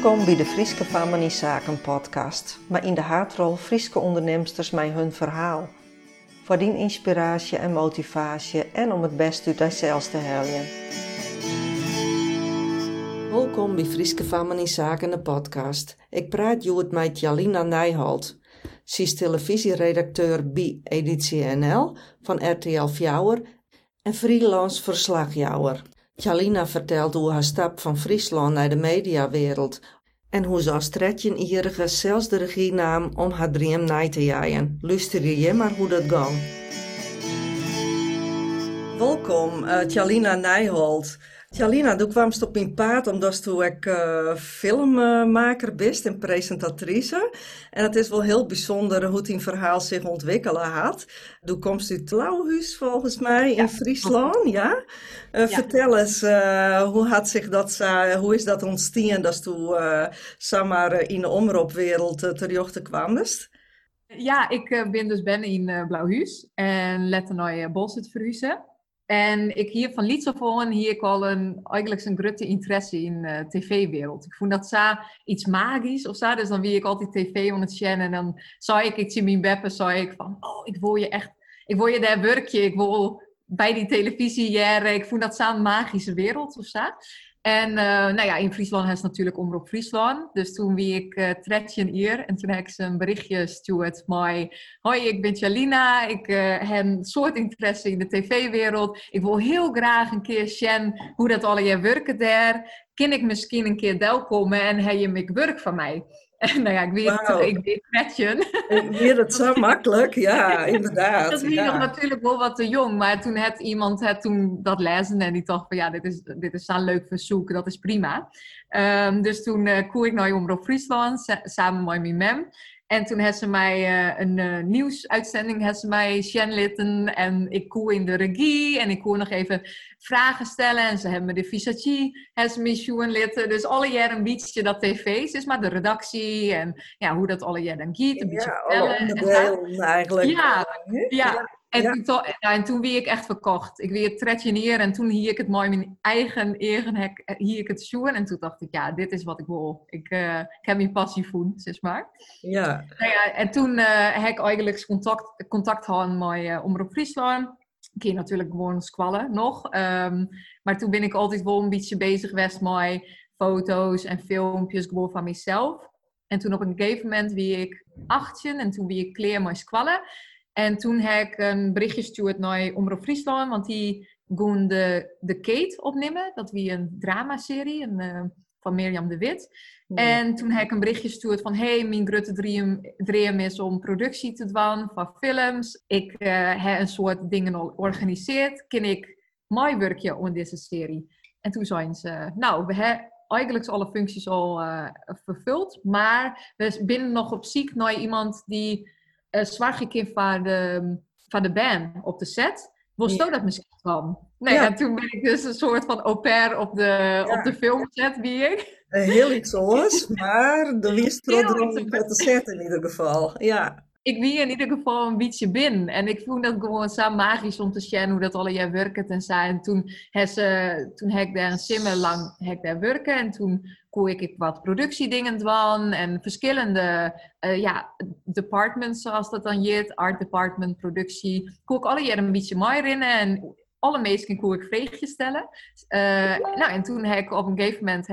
Welkom bij de Frieske Familiezaken podcast, maar in de haartrol Frieske ondernemsters met hun verhaal. Voor die inspiratie en motivatie en om het best uit zichzelf te halen. Welkom bij Frieske Familiezaken de podcast. Ik praat het met Jalina Nijholt. Ze is televisieredacteur bij Editie NL van RTL Fjouwer en freelance verslagjouwer. Jalina vertelt hoe haar stap van Friesland naar de mediawereld en hoe ze als 13-jarige zelfs de regie nam om haar droom na te jaaien. Luister je maar hoe dat gaat. Welkom, Jalina Nijholt. Jalina, du kwamst op mijn paard omdat je ook filmmaker bent en presentatrice. En het is wel heel bijzonder hoe het verhaal zich ontwikkelen had. Du komst uit Blauwhuis volgens mij in Friesland, ja? Vertel eens, hoe had zich dat, hoe is dat ontstaan dat je zomaar in de omroepwereld terecht kwam? Ja, ik ben in Blauwhuis en letter naar Bolzit verhuizen. En ik hier van Liets af aan hier ik al eigenlijk een grote interesse in de tv-wereld. Ik vond dat zo iets magisch of zo. Dus dan wie ik altijd tv aan het zien en dan zei ik zie mijn beppen, zei ik van, oh, ik wil je daar werken. Ik wil bij die televisie jaren. Ik vond dat zo'n magische wereld of zo. En in Friesland is natuurlijk Omroep Friesland. Dus toen wie ik 13 hier en toen heb ik ze een berichtje stuurd met: hoi, ik ben Jalina. Ik heb een soort interesse in de tv-wereld. Ik wil heel graag een keer zien hoe dat alle jaar werken daar. Kan ik misschien een keer welkomen en heb je mijn werk van mij? En ik weet 13. Weer het zo makkelijk, ja, inderdaad. Dat was nog natuurlijk wel wat te jong, maar toen had iemand toen dat lezen en die dacht van ja, dit is zo'n leuk verzoek, dat is prima. Dus toen koer ik naar Omroep Friesland samen met mijn mem. En toen heeft ze mij een nieuwsuitzending litten en ik koer in de regie en ik koer nog even vragen stellen en ze hebben me de visagie litten. Dus alle jaren een beetje dat tv's is, maar de redactie en ja, hoe dat alle jaren dan gaat, een beetje alle onderdelen eigenlijk. Ja. En toen wie ik echt verkocht. Ik weer 13 jaar en toen hier ik het mooi mijn eigen hier ik het zoen. En toen dacht ik, ja, dit is wat ik wil. Ik heb mijn passie voelen, zeg maar. Ja. En toen heb ik eigenlijk contact gehad met Omroep Friesland. Ik kan natuurlijk gewoon squallen nog. Maar toen ben ik altijd wel een beetje bezig geweest met foto's en filmpjes gewoon van mezelf. En toen op een gegeven moment wie ik 18 en toen wie ik kleer met squallen. En toen heb ik een berichtje gestuurd naar Omroep Friesland, want die gaan de Kate opnemen. Dat was een dramaserie van Mirjam de Wit. Ja. En toen heb ik een berichtje gestuurd van, hey, mijn grote dream is om productie te doen van films. Ik heb een soort dingen al georganiseerd. Kan ik mijn werkje aan deze serie? En toen zeiden ze, nou, we hebben eigenlijk alle functies al vervuld, maar we zijn nog op zoek naar iemand die zwaar gekend van de band op de set. Wist je dat misschien van? Nee, en toen ben ik dus een soort van au pair op de filmset, wie ik. Heel iets anders, maar de wist erom op de set in ieder geval. Ja. Ik wie in ieder geval een beetje binnen. En ik vond dat gewoon zo magisch om te zien hoe dat alle jaar werkt en zo. En toen heb ik daar een simmer lang werken. En toen kon ik wat productiedingen doen. En verschillende departments, zoals dat dan heet. Art department, productie. Kon ik alle jaar een beetje mooi rennen. En alle meesten kon ik vraagjes stellen. En toen heb ik op een gegeven moment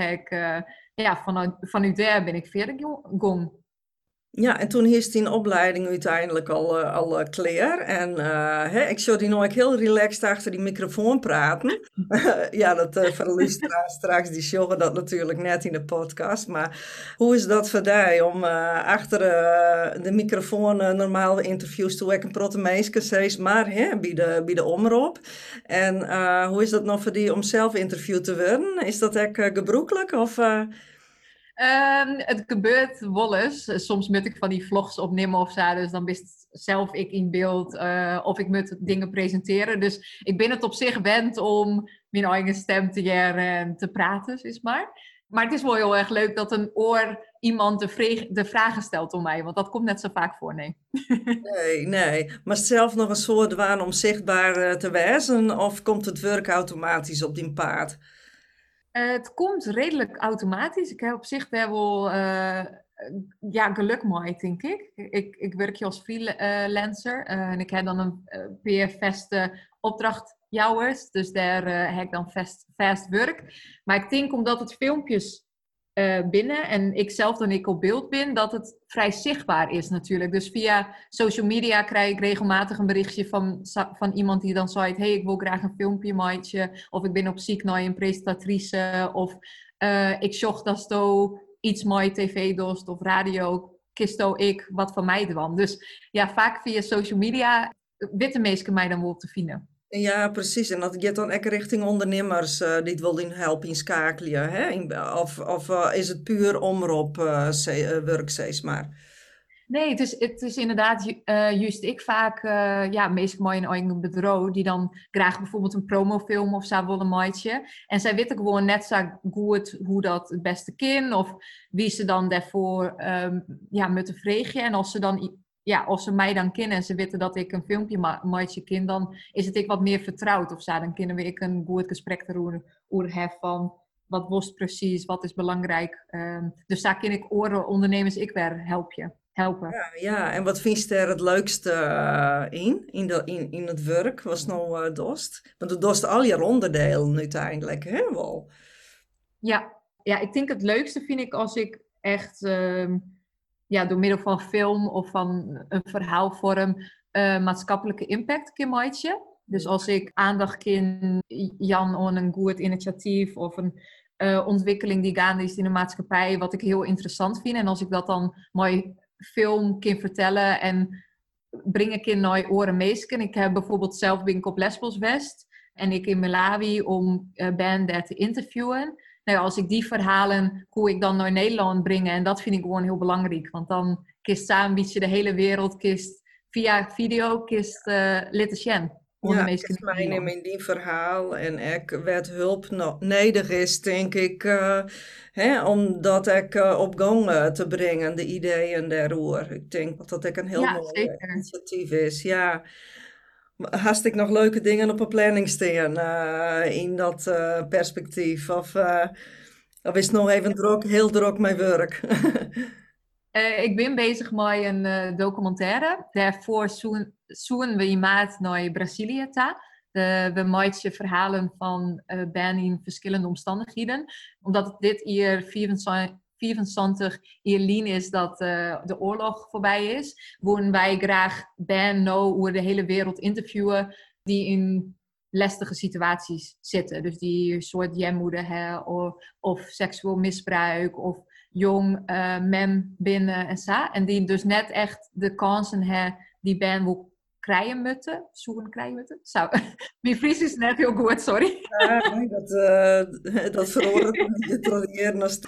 vanuit daar ben ik verder gegaan. Ja, en toen is die opleiding uiteindelijk al klaar. En ik zou die nooit heel relaxed achter die microfoon praten. Ja, dat voor de luisteraars straks, die sjoggen dat natuurlijk net in de podcast. Maar hoe is dat voor jou om achter de microfoon normaal interviews te werken, protemeeskes, maar bij de omroep. En hoe is dat nog voor die om zelf interviewd te worden? Is dat ook gebruikelijk of... Het gebeurt wel eens. Soms moet ik van die vlogs opnemen of zo. Dus dan ben zelf ik in beeld. Of ik moet dingen presenteren. Dus ik ben het op zich gewend om mijn eigen stem te jaren en te praten, zeg maar. Maar het is wel heel erg leuk dat een oor iemand de vragen stelt om mij. Want dat komt net zo vaak voor, nee. Nee. Maar zelf nog een soort waan om zichtbaar te wijzen? Of komt het werk automatisch op die paard? Het komt redelijk automatisch. Ik heb op zich wel geluk mee, denk ik. Ik werk hier als freelancer en ik heb dan een weer vaste opdrachtjouwers. Dus daar heb ik dan vast werk. Maar ik denk omdat het filmpjes binnen en ik zelf dan ik op beeld ben, dat het vrij zichtbaar is natuurlijk. Dus via social media krijg ik regelmatig een berichtje van iemand die dan zei, hey, ik wil graag een filmpje maatje, of ik ben op zoek naar een presentatrice, of ik zocht dat zo iets mooi tv dost of radio, kisto ik wat van mij dan. Dus ja, vaak via social media witte mensen mij dan wel te vinden. Ja, precies. En dat gaat dan ook richting ondernemers die het willen helpen inschakelen. Hè? Of is het puur omroep werk, zeg maar? Nee, het is inderdaad juist ik vaak, meestal mooi in eigen bureau, die dan graag bijvoorbeeld een promofilm of zo willen maken. En zij weten gewoon net zo goed hoe dat het beste kan, of wie ze dan daarvoor moeten vragen. En als ze dan, als ze mij dan kennen en ze weten dat ik een filmpje maatje ken, dan is het ik wat meer vertrouwd of zo. Dan kunnen we ik een goed gesprek erover hebben van wat was precies, wat is belangrijk. Dus daar kan ik ondernemers ik weer helpen. Ja, en wat vind je er het leukste in het werk? Was nou dost? Want het dost al je onderdelen uiteindelijk, hè wel? Ja, ik denk het leukste vind ik als ik echt door middel van film of van een verhaalvorm maatschappelijke impact kan maken. Dus als ik aandacht kan Jan aan een goed initiatief of een ontwikkeling die gaande is in de maatschappij, wat ik heel interessant vind. En als ik dat dan mooi film kan vertellen en breng ik in naar oren meesken. Ik heb bijvoorbeeld zelf ben ik op Lesbos West en ik in Malawi om Ben daar te interviewen. Nou, als ik die verhalen hoe ik dan naar Nederland brengen en dat vind ik gewoon heel belangrijk, want dan kist samen een beetje de hele wereld kist via video kist litten zien. Ja, het is mijn in die verhaal en ik werd hulp nodig is, denk ik, om dat ik op gang te brengen, de ideeën daarover. Ik denk dat dat ook een heel mooi initiatief is. Ja, haast ik nog leuke dingen op een planning staan in dat perspectief? Of is het nog even heel druk mijn werk? Ik ben bezig met een documentaire. Daarvoor zoeken we in maart naar Brazilië. We maken verhalen van Ben in verschillende omstandigheden. Omdat dit hier 24 jaar lien is dat de oorlog voorbij is. Willen wij graag Ben nou over de hele wereld interviewen die in lastige situaties zitten. Dus die een soort jammoede hebben of seksueel misbruik of jong men binnen en zo. En die dus net echt de kansen hebben die Ben wil krijgen moeten. Zoeken krijgen moeten. Zo. Mijn Fries is net heel goed, sorry. Ja, nee, dat veroordeelt me niet te leren als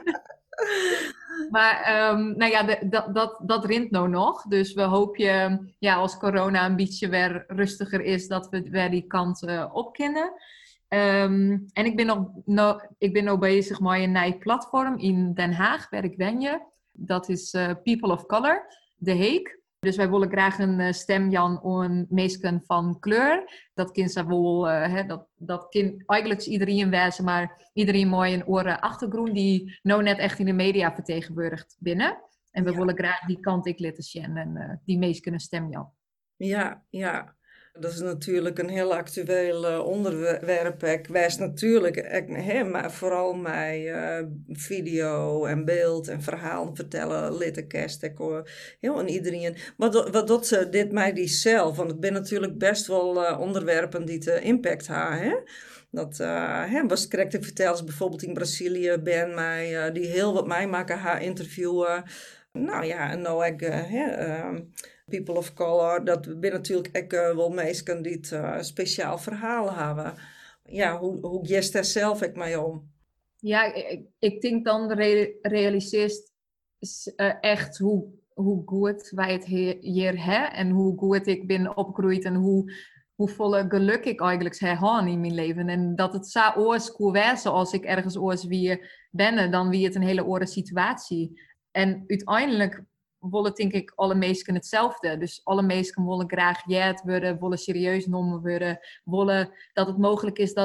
Maar dat rint nou nog. Dus we hopen, als corona een beetje weer rustiger is, dat we weer die kant op kunnen. En ik ben nog bezig met een nieuw platform in Den Haag, waar ik ben. Dat is People of Color, De Heek. Dus wij willen graag een stem Jan aan mensen van kleur. Dat kind ze wel, dat kind eigenlijk iedereen wezen, maar iedereen mooi een oren achtergrond die nou net echt in de media vertegenwoordigd binnen. En we willen graag die kant ik laten zien en die mensen een stem Jan. Ja. Dat is natuurlijk een heel actueel onderwerp. Ik wijs natuurlijk, maar vooral mij video en beeld en verhaal vertellen, littekast, heel aan iedereen. Wat dat ze dit mij die zelf, want het ben natuurlijk best wel onderwerpen die te impact hebben. Hè? Dat was correct ik vertel, bijvoorbeeld in Brazilië ben mij die heel wat mij maken haar interviewen. Nou ja, en nou ik People of Color, dat ben natuurlijk ook wel mensen die het speciaal verhaal hebben. Ja, hoe gest daar zelf ik mee om? Ja, ik denk dan realiseert echt hoe goed wij het hier hebben en hoe goed ik ben opgegroeid en hoe volle geluk ik eigenlijk heb in mijn leven. En dat het zo oors kon wezen als ik ergens oors weer ben, dan wie het een hele oren situatie. En uiteindelijk willen denk ik alle mensen hetzelfde. Dus alle mensen willen graag jet worden, willen serieus genomen worden, willen dat het mogelijk is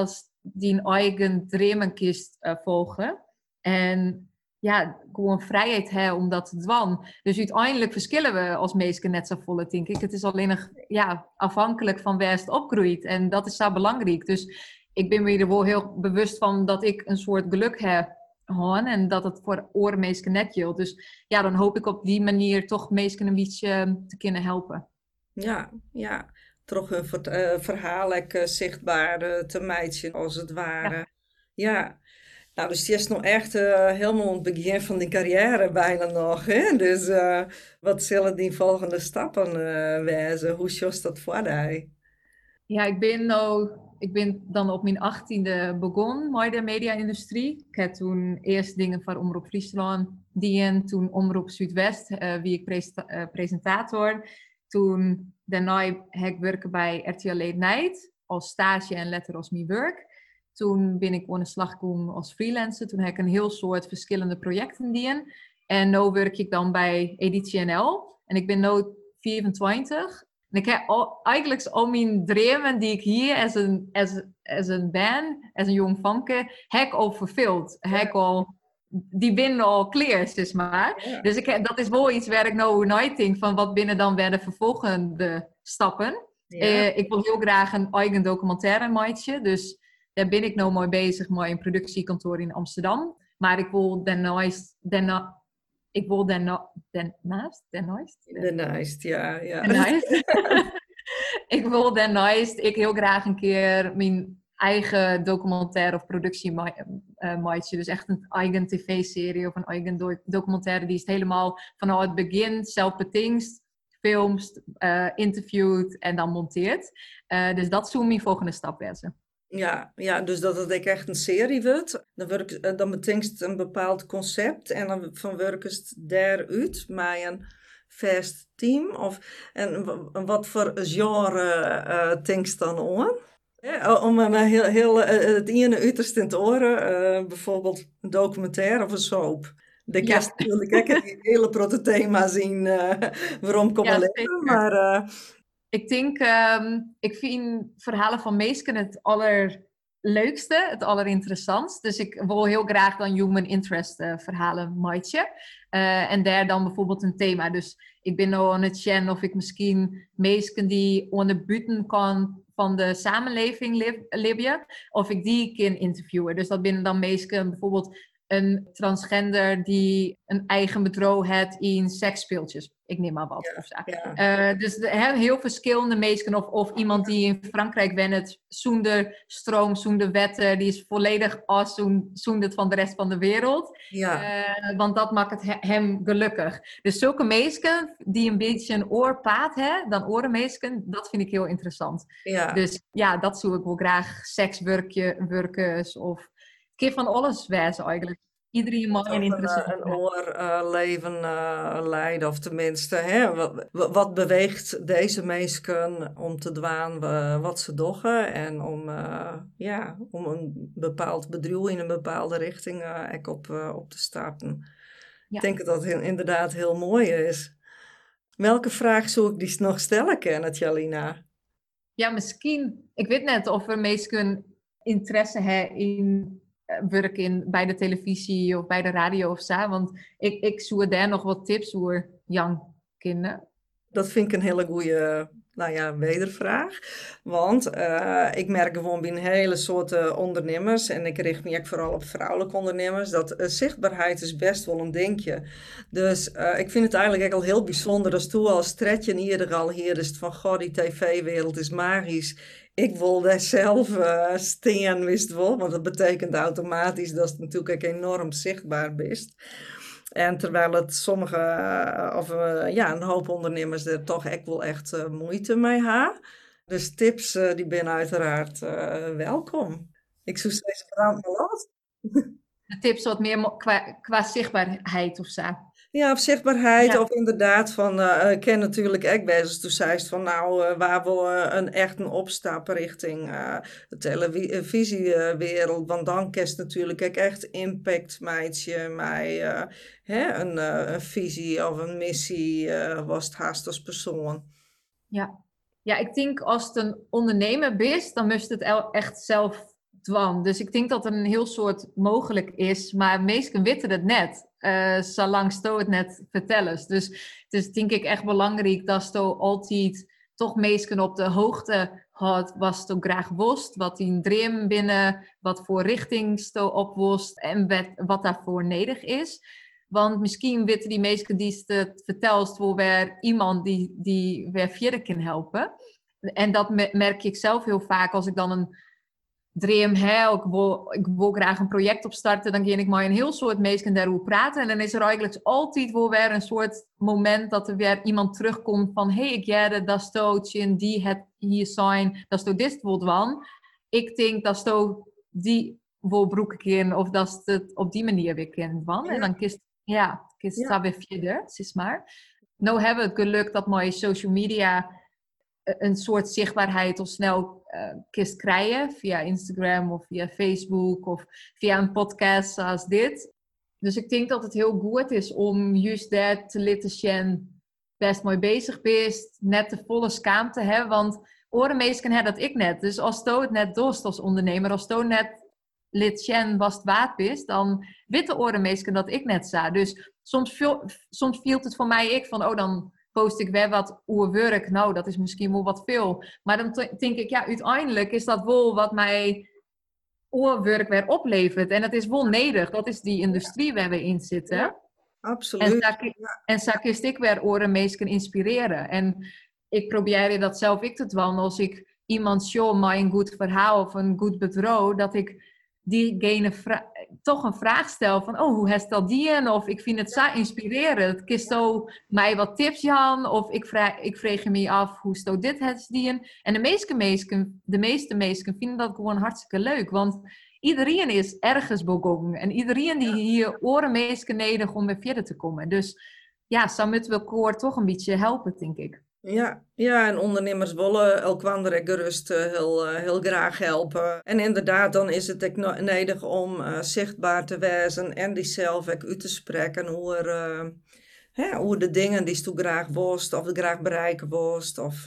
die een eigen dromen kiest volgen. En ja, gewoon vrijheid hebben om dat te doen. Dus uiteindelijk verschillen we als mensen net zo volle, denk ik. Het is alleen nog afhankelijk van waar het opgroeit. En dat is zo belangrijk. Dus ik ben me er wel heel bewust van dat ik een soort geluk heb. En dat het voor oren mensen net geldt. Dus ja, dan hoop ik op die manier toch mensen een beetje te kunnen helpen. Ja. Toch hun verhaal zichtbaar te meiden, als het ware. Ja. Ja. Nou, dus die is nog echt helemaal aan het begin van die carrière bijna nog, hè? Dus wat zullen die volgende stappen wezen? Hoe zoals dat voor jou? Ja, ik ben dan op mijn 18e begonnen met de media-industrie. Ik heb toen eerst dingen voor Omroep Friesland en toen Omroep Zuidwest, wie ik presentator. Toen daarna heb ik werken bij RTL Late Night als stage en letter als mijn werk. Toen ben ik aan de slag gekomen als freelancer. Toen heb ik een heel soort verschillende projecten die. En nu werk ik dan bij Editie NL. En ik ben nu 24. En ik heb eigenlijk al mijn dromen die ik hier als een band, als een jong vanke, heb al vervuld. Die binnen al clear, zeg maar. Ja. Dus dat is wel iets waar ik nou nooit denk van wat binnen dan weer de vervolgende stappen. Ja. Ik wil heel graag een eigen documentaire maken. Dus daar ben ik nou mooi bezig met een productiekantoor in Amsterdam. Maar ik wil daarnaast, ik wil daarnaast heel graag een keer mijn eigen documentaire of productie maken. Dus echt een eigen tv-serie of een eigen documentaire die is helemaal vanaf het begin zelf betingst, filmt, interviewt en dan monteert. Dus dat zou mijn volgende stap wezen. Ja, dus dat het echt een serie wordt. Dan betekent een bepaald concept en dan van werken ze daaruit met een vast team. En wat voor genre denkt dan aan? Om het ene uiterste in te horen, bijvoorbeeld een documentaire of een soap. De kerst natuurlijk een hele grote thema zien waarom komen leven, maar... Ik denk, ik vind verhalen van mensen het allerleukste, het allerinteressantst. Dus ik wil heel graag dan human interest verhalen maken. En daar dan bijvoorbeeld een thema. Dus ik ben nou aan het checken of ik misschien mensen die aan de buiten kan van de samenleving leven, of ik die kan interviewen. Dus dat binnen dan mensen bijvoorbeeld een transgender die een eigen bedrijf heeft in seksspeeltjes. Ik neem maar wat. Of zo. Ja. Dus heel verschillende mensen. Of iemand die in Frankrijk woont zonder stroom, zonder wetten. Die is volledig zonder van de rest van de wereld. Ja. Want dat maakt hem gelukkig. Dus zulke mensen die een beetje een oorpaad hebben, dan orenmeesken, dat vind ik heel interessant. Ja. Dus ja, dat zou ik wel graag. Sekswerkers of... keer van alles wezen eigenlijk. Iedereen mag een interessant een oorleven leiden, of tenminste, hè? Wat beweegt deze mensen om te doen wat ze doen en om een bepaald bedrijf in een bepaalde richting op te starten. Ja. Ik denk dat het inderdaad heel mooi is. Welke vraag zou ik die nog stellen kunnen, Tjalina? Ja, misschien. Ik weet net of er mensen interesse hebben in werken bij de televisie of bij de radio of zo. Want ik zoek daar nog wat tips voor jong kinderen. Dat vind ik een hele goede wedervraag. Want ik merk gewoon bij een hele soort ondernemers, en ik richt me ook vooral op vrouwelijke ondernemers, dat zichtbaarheid is best wel een dingetje. Dus ik vind het eigenlijk al heel bijzonder als toen als Tredje eerder al hier is van, goh, die tv-wereld is magisch. Ik wil daar zelf staan, wist wel, want dat betekent automatisch dat het natuurlijk ook enorm zichtbaar is. En terwijl het sommige, een hoop ondernemers er toch echt wel echt moeite mee hebben. Dus tips die ben uiteraard welkom. Ik zou steeds brand maar los. De tips wat meer qua zichtbaarheid of zo. Ja, of zichtbaarheid, of inderdaad van, ik ken natuurlijk ook bezig toen zei van waar we echt een opstap richting de televisiewereld, want dan kan je natuurlijk ook echt impact maken met een visie of een missie was het haast als persoon. Ja, ik denk als het een ondernemer is, dan moest het echt zelf dwan. Dus ik denk dat er een heel soort mogelijk is, maar meesten weten het net. Zolang Sto het net vertellen. Dus het is denk ik echt belangrijk dat Sto altijd toch meesten op de hoogte had, was Sto graag wist, wat die dream binnen, wat voor richting Sto opwoest en wat daarvoor nodig is. Want misschien weten die meesten die het vertelst wel weer iemand die weer verder kan helpen. En dat merk ik zelf heel vaak als ik dan een dream heb, ik wil graag een project opstarten, dan ga ik maar een heel soort mensen daarover praten. En dan is er eigenlijk altijd wel weer een soort moment dat er weer iemand terugkomt van hey, ik jette, dat stootje, die het hier zijn, dat sto dit wil doen. Ik denk dat sto die wil broeken in of dat het op die manier weer kan doen. Ja. En dan kist daar weer verder, zeg maar. Nou hebben we het geluk dat mijn social media een soort zichtbaarheid of snel kist krijgen via Instagram of via Facebook of via een podcast zoals dit. Dus ik denk dat het heel goed is om juist dat te laten zien best mooi bezig bent, net de volle schaam te hebben, want orenmeesken hebben dat ik net. Dus als Sto het net doet als ondernemer, als Sto net lid zien was het waard is, dan witte orenmeesken dat ik net zei. Dus soms viel het voor mij van, dan post ik weer wat oerwerk. Nou, dat is misschien wel wat veel. Maar dan denk ik, uiteindelijk is dat wel wat mij oerwerk weer oplevert. En het is wel nedig. Dat is die industrie waar we in zitten. Ja, absoluut. En zo kist ik weer orenmeesken inspireren. En ik probeer dat zelf ik te doen. Als ik iemand show mij een goed verhaal of een goed bedrijf, dat ik diegene toch een vraag stel van, hoe heeft dat die in? Of ik vind het zo inspirerend. Kist zo mij wat tips, Jan? Of ik vraag me af, hoe sto dit het die in? En de meeste mensen vinden dat gewoon hartstikke leuk. Want iedereen is ergens begonnen. En iedereen die hier orenmeesken nodig om weer verder te komen. Dus zo moeten we elkaar toch een beetje helpen, denk ik. Ja, en ondernemers willen elkaar gerust heel graag helpen. En inderdaad, dan is het ook nodig om zichtbaar te wezen en die zelf ook uit te spreken hoe de dingen die je graag wilt of graag bereiken wilt. Of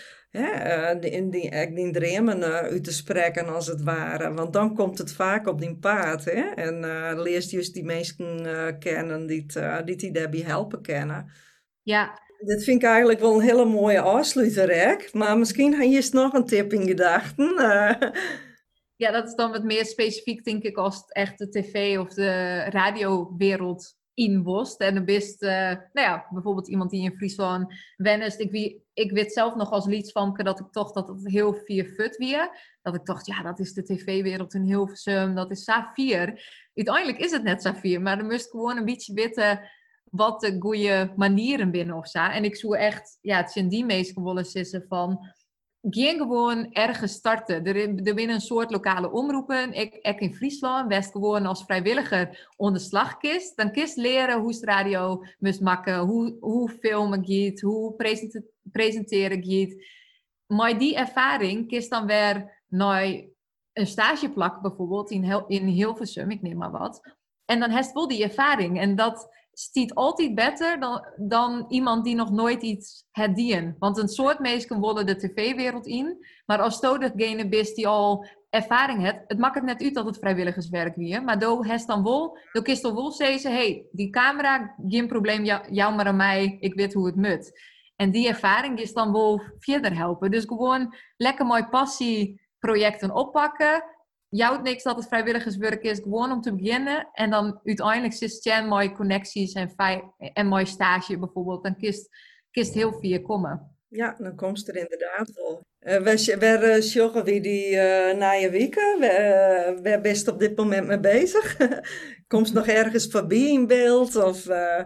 die dromen uit te spreken als het ware. Want dan komt het vaak op die paard. Hè? En leerst juist die mensen kennen die daarbij helpen kennen. Ja. Dit vind ik eigenlijk wel een hele mooie afsluiter, Rek. Maar misschien heb je nog een tip in gedachten. Ja, dat is dan wat meer specifiek, denk ik, als het echt de tv- of de radiowereld inwost. En dan best, bijvoorbeeld iemand die in Friesland wennest. Ik weet zelf nog als liedvanker dat ik toch dat het heel fut weer. Dat ik dacht, dat is de tv-wereld in Hilversum, dat is Safier. Uiteindelijk is het net Safier, maar dan moest ik gewoon een beetje weten wat de goede manieren binnen of zo. En ik zoek echt, het zijn die meesten willen sissen van, geen gewoon ergens starten. Er binnen een soort lokale omroepen. Ik in Friesland, best gewoon als vrijwilliger onder slag kist. Dan kist leren hoe het radio moest maken, hoe filmen gaat, hoe presenteren gaat. Maar die ervaring kist dan weer naar een stageplak bijvoorbeeld in Hilversum, ik neem maar wat. En dan heeft wel die ervaring. En dat stiet altijd beter dan iemand die nog nooit iets had dien. Want een soort mensen willen de tv-wereld in. Maar als je degene bent die al ervaring hebt, het maakt het net uit dat het vrijwilligerswerk weer. Maar dan heeft dan wel, dan kun je wel zeggen, hey, die camera, geen probleem, jou maar aan mij, ik weet hoe het moet. En die ervaring is dan wel verder helpen. Dus gewoon lekker mooi passieprojecten oppakken. Jouwt niks dat het vrijwilligerswerk is, gewoon om te beginnen. En dan uiteindelijk zit je mooie connecties en mooi stage bijvoorbeeld. Dan kist heel veel komen. Ja, dan komt er inderdaad wel. Waar sjoggen we die na je weken? Waar best je op dit moment mee bezig? Komt nog ergens voorbij in beeld? Of,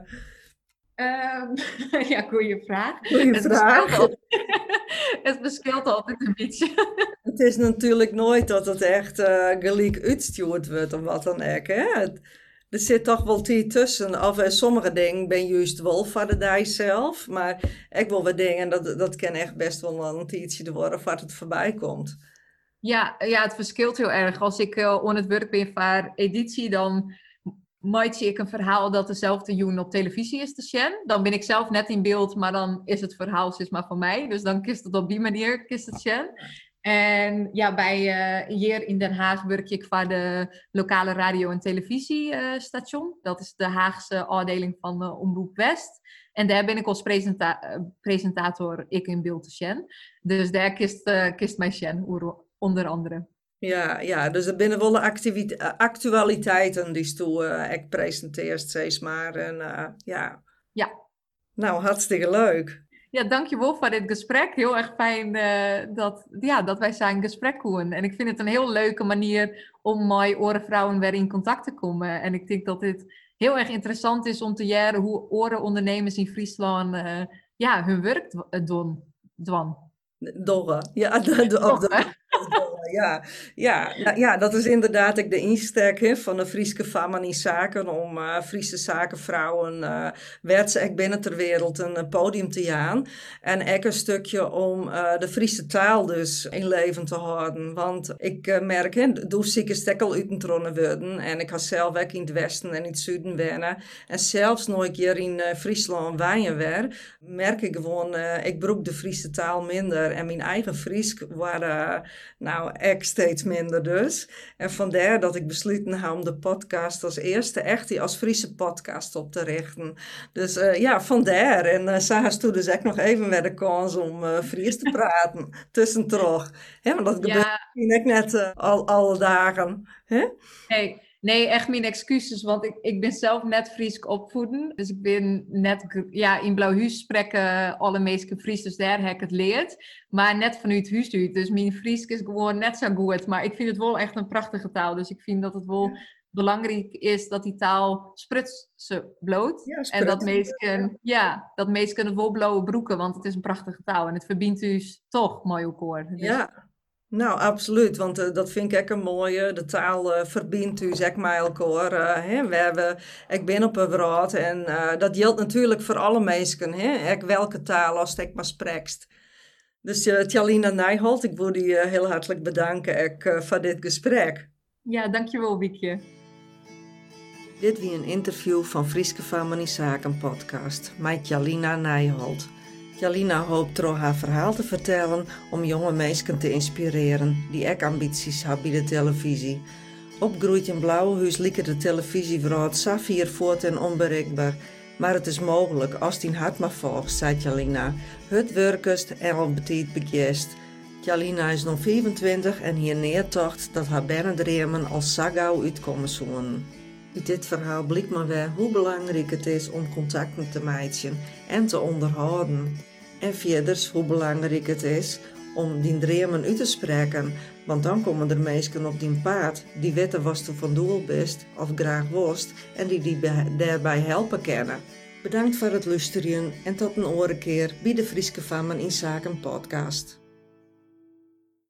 goeie vraag. Goeie vraag. Het verschilt altijd een beetje. Het is natuurlijk nooit dat het echt gelijk uitstuurd wordt of wat dan ook. Hè? Er zit toch wel tijd tussen. Of sommige dingen ben juist wel voor de dag zelf. Maar ik wil wat dingen, dat kan echt best wel een tijdje worden voordat het voorbij komt. Ja, het verschilt heel erg. Als ik on het werk ben voor editie, dan maak ik een verhaal dat dezelfde joen op televisie is te zien. Dan ben ik zelf net in beeld, maar dan is het verhaal maar van mij. Dus dan kist het op die manier het zien. En ja, hier in Den Haag werk ik voor de lokale radio- en televisiestation. Dat is de Haagse afdeling van Omroep West. En daar ben ik als presentator ik in beeld te Sjen. Dus daar kist mij Sjen, onder andere. Ja, dus er binnen wel de actualiteiten die ik presenteert steeds maar. En ja, Ja. nou hartstikke leuk. Ja, dankjewel voor dit gesprek. Heel erg fijn dat wij zijn gesprek doen. En ik vind het een heel leuke manier om met orenvrouwen weer in contact te komen. En ik denk dat dit heel erg interessant is om te leren hoe orenondernemers in Friesland hun werk doen. Dorre. Ja, ja, dat is inderdaad ook de insteek hè, van de Frieske Vammen in Zaken om Friese zakenvrouwen ik binnen ter wereld een podium te gaan. En ook een stukje om de Friese taal dus in leven te houden. Want ik merk, hè, doe zieke stekkel uit een worden en ik ga zelf ook in het westen en in het zuiden wennen. En zelfs nog een keer in Friesland waaien weer, merk ik gewoon, ik broek de Friese taal minder en mijn eigen Friesk waren echt steeds minder dus. En vandaar dat ik besloten heb om de podcast als eerste echt die als Friese podcast op te richten. Dus vandaar. En Sarah toen dus echt nog even weer de kans om Fries te praten tussendoor. Want dat gebeurt net alle dagen. Hè? Nee, echt mijn excuses, want ik ben zelf net Fries opvoeden. Dus ik ben net, in Blauwhuis spreken alle meesten Fries, dus daar heb ik het leerd. Maar net vanuit huis uit, dus mijn Fries is gewoon net zo goed. Maar ik vind het wel echt een prachtige taal, dus ik vind dat het wel belangrijk is dat die taal sprutsen bloot. Ja, en dat meesten het wel blauwe broeken, want het is een prachtige taal. En het verbindt dus toch mooi elkaar. Dus. Ja. Nou, absoluut, want dat vind ik ook een mooie. De taal verbindt u zeg maar elkaar. Ik ben op een wereld en dat geldt natuurlijk voor alle mensen. Welke taal als ik maar spreekst. Dus Tjalina Nijholt, ik wil je heel hartelijk bedanken voor dit gesprek. Ja, dankjewel Wiekje. Dit was een interview van Frieske Vammen in Zaken podcast met Tjalina Nijholt. Tjalina hoopt door haar verhaal te vertellen om jonge mensen te inspireren die ook ambities hebben bij de televisie. Opgroeid in Blauwhuis lieke de televisiewereld safier voort en onbereikbaar. Maar het is mogelijk als die hart maar volgt, zei Tjalina. Het werkest en al betiet begest. Tjalina is nog 25 en hier neertocht dat haar binnendremen als zo gauw uitkomen zullen. Uit dit verhaal blijkt maar weer hoe belangrijk het is om contacten te maken en te onderhouden. En verder hoe belangrijk het is om die dromen uit te spreken, want dan komen er mensen op die paard die weten wat je van doel bent of graag worst en die daarbij helpen kunnen. Bedankt voor het luisteren en tot een andere keer bij de Frieske Vammen in Zaken podcast.